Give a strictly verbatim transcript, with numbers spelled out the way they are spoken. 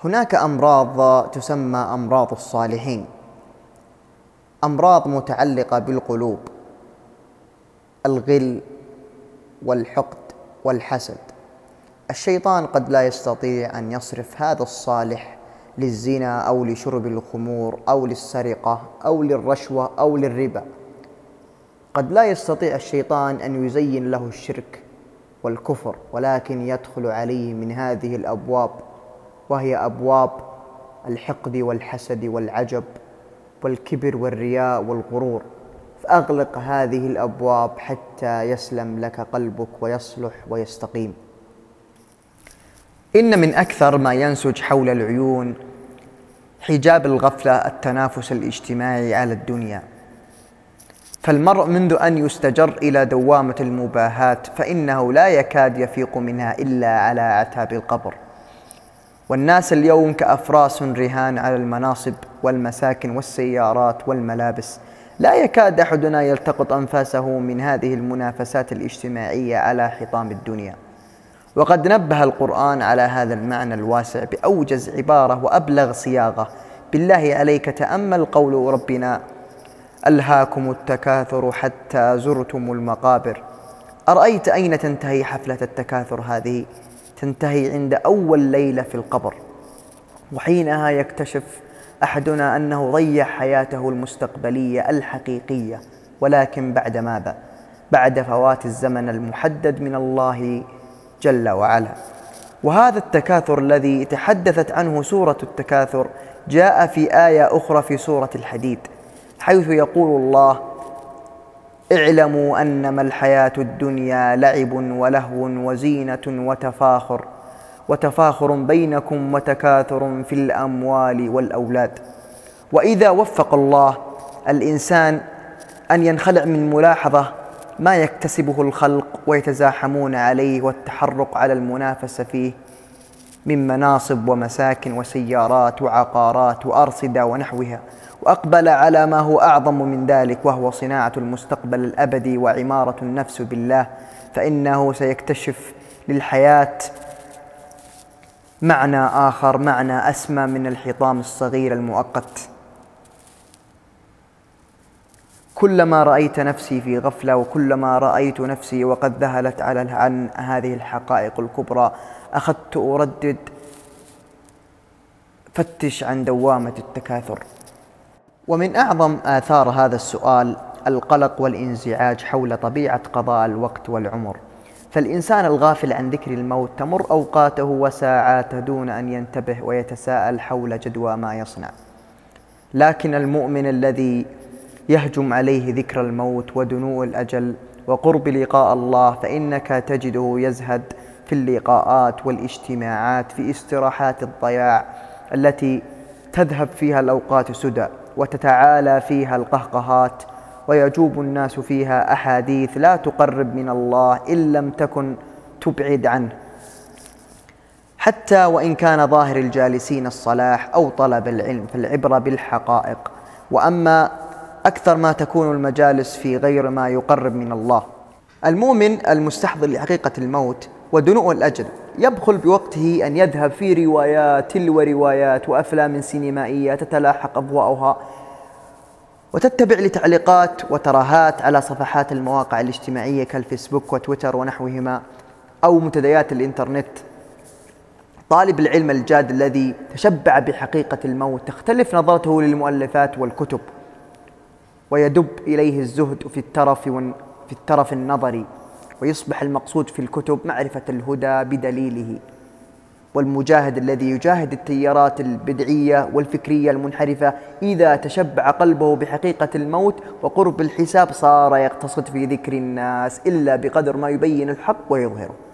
هناك أمراض تسمى أمراض الصالحين، أمراض متعلقة بالقلوب، الغل والحقد والحسد. الشيطان قد لا يستطيع أن يصرف هذا الصالح للزنا أو لشرب الخمور أو للسرقة أو للرشوة أو للربا. قد لا يستطيع الشيطان أن يزين له الشرك والكفر، ولكن يدخل عليه من هذه الأبواب، وهي أبواب الحقد والحسد والعجب والكبر والرياء والغرور. فأغلق هذه الأبواب حتى يسلم لك قلبك ويصلح ويستقيم. إن من أكثر ما ينسج حول العيون حجاب الغفلة التنافس الاجتماعي على الدنيا، فالمرء منذ أن يستجر إلى دوامة المباهاة فإنه لا يكاد يفيق منها إلا على أعتاب القبر. والناس اليوم كأفراس رهان على المناصب والمساكن والسيارات والملابس، لا يكاد أحدنا يلتقط أنفاسه من هذه المنافسات الاجتماعية على حطام الدنيا. وقد نبه القرآن على هذا المعنى الواسع بأوجز عبارة وأبلغ صياغة. بالله عليك تأمل قول ربنا: ألهاكم التكاثر حتى زرتم المقابر. أرأيت أين تنتهي حفلة التكاثر هذه؟ تنتهي عند أول ليلة في القبر، وحينها يكتشف أحدنا أنه ضيع حياته المستقبلية الحقيقية، ولكن بعد ماذا؟ بعد فوات الزمن المحدد من الله جل وعلا. وهذا التكاثر الذي تحدثت عنه سورة التكاثر جاء في آية أخرى في سورة الحديد، حيث يقول الله: اعلموا أنما الحياة الدنيا لعب ولهو وزينة وتفاخر وتفاخر بينكم وتكاثر في الأموال والأولاد. وإذا وفق الله الإنسان أن ينخلع من ملاحظة ما يكتسبه الخلق ويتزاحمون عليه والتحرق على المنافسة فيه من مناصب ومساكن وسيارات وعقارات وأرصدة ونحوها، وأقبل على ما هو أعظم من ذلك، وهو صناعة المستقبل الأبدي وعمارة النفس بالله، فإنه سيكتشف للحياة معنى آخر، معنى أسمى من الحطام الصغير المؤقت. كلما رأيت نفسي في غفلة، وكلما رأيت نفسي وقد ذهلت على عن هذه الحقائق الكبرى، أخذت أردد: فتش عن دوامة التكاثر. ومن أعظم آثار هذا السؤال القلق والانزعاج حول طبيعة قضاء الوقت والعمر. فالإنسان الغافل عن ذكر الموت تمر أوقاته وساعاته دون أن ينتبه ويتساءل حول جدوى ما يصنع. لكن المؤمن الذي يهجم عليه ذكر الموت ودنو الأجل وقرب لقاء الله، فإنك تجده يزهد في اللقاءات والاجتماعات، في استراحات الضياع التي تذهب فيها الأوقات سدى وتتعالى فيها القهقهات، ويجوب الناس فيها أحاديث لا تقرب من الله إن لم تكن تبعد عنه، حتى وإن كان ظاهر الجالسين الصلاح أو طلب العلم، فالعبرة بالحقائق. وأما أكثر ما تكون المجالس في غير ما يقرب من الله. المؤمن المستحضر لحقيقة الموت ودنو الأجل يبخل بوقته أن يذهب في روايات تلو روايات وأفلام سينمائية تتلاحق أضواءها، وتتبع لتعليقات وترهات على صفحات المواقع الاجتماعية كالفيسبوك وتويتر ونحوهما، أو منتديات الإنترنت. طالب العلم الجاد الذي تشبع بحقيقة الموت تختلف نظرته للمؤلفات والكتب، ويدب إليه الزهد في الترف في الترف النظري، ويصبح المقصود في الكتب معرفة الهدى بدليله. والمجاهد الذي يجاهد التيارات البدعية والفكرية المنحرفة إذا تشبع قلبه بحقيقة الموت وقرب الحساب صار يقتصد في ذكر الناس إلا بقدر ما يبين الحق ويظهره.